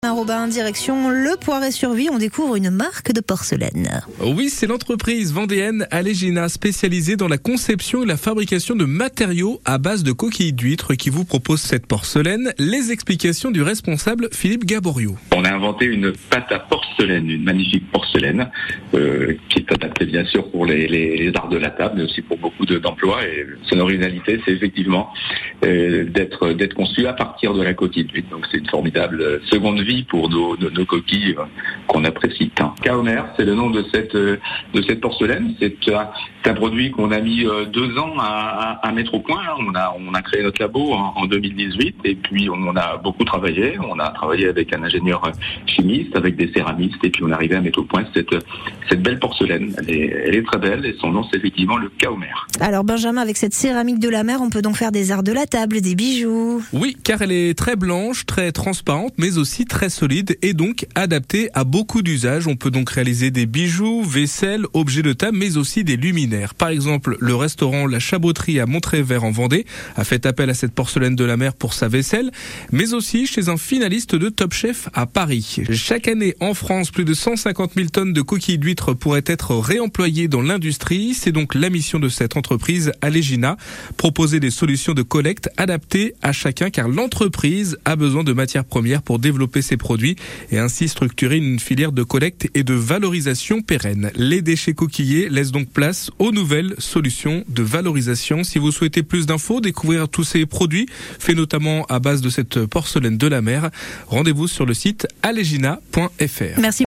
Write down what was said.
Robin, direction Le Poiret-sur-Vie, on découvre une marque de porcelaine. Oui, c'est l'entreprise vendéenne Alégina, spécialisée dans la conception et la fabrication de matériaux à base de coquilles d'huîtres, qui vous propose cette porcelaine. Les explications du responsable Philippe Gaborio. On a inventé une pâte à porcelaine, une magnifique porcelaine, qui est adaptée bien sûr pour les arts de la table, mais aussi pour beaucoup d'emplois. Et son originalité, c'est effectivement d'être conçue à partir de la coquille d'huître. Donc c'est une formidable seconde vie pour nos coquilles qu'on apprécie tant. Kaomer, c'est le nom de cette porcelaine. C'est un produit qu'on a mis 2 ans à mettre au point. On a créé notre labo en 2018 et puis on a beaucoup travaillé. On a travaillé avec un ingénieur chimiste, avec des céramistes et puis on est arrivé à mettre au point cette belle porcelaine. Elle est très belle et son nom c'est effectivement le Kaomer. Alors Benjamin, avec cette céramique de la mer, on peut donc faire des arts de la table, des bijoux. Oui, car elle est très blanche, très transparente, mais aussi très solide et donc adaptée à beaucoup d'usages. On peut donc réaliser des bijoux, vaisselle, objets de table, mais aussi des luminaires. Par exemple, le restaurant La Chaboterie à Montrévert en Vendée a fait appel à cette porcelaine de la mer pour sa vaisselle, mais aussi chez un finaliste de Top Chef à Paris. Chaque année en France, plus de 150 000 tonnes de coquilles d'huîtres pourraient être réemployées dans l'industrie. C'est donc la mission de cette entreprise Alégina, proposer des solutions de collecte adaptées à chacun, car l'entreprise a besoin de matières premières pour développer ses produits et ainsi structurer une filière de collecte et de valorisation pérenne. Les déchets coquillés laissent donc place aux nouvelles solutions de valorisation. Si vous souhaitez plus d'infos, découvrir tous ces produits faits notamment à base de cette porcelaine de la mer, rendez-vous sur le site alegina.fr. Merci.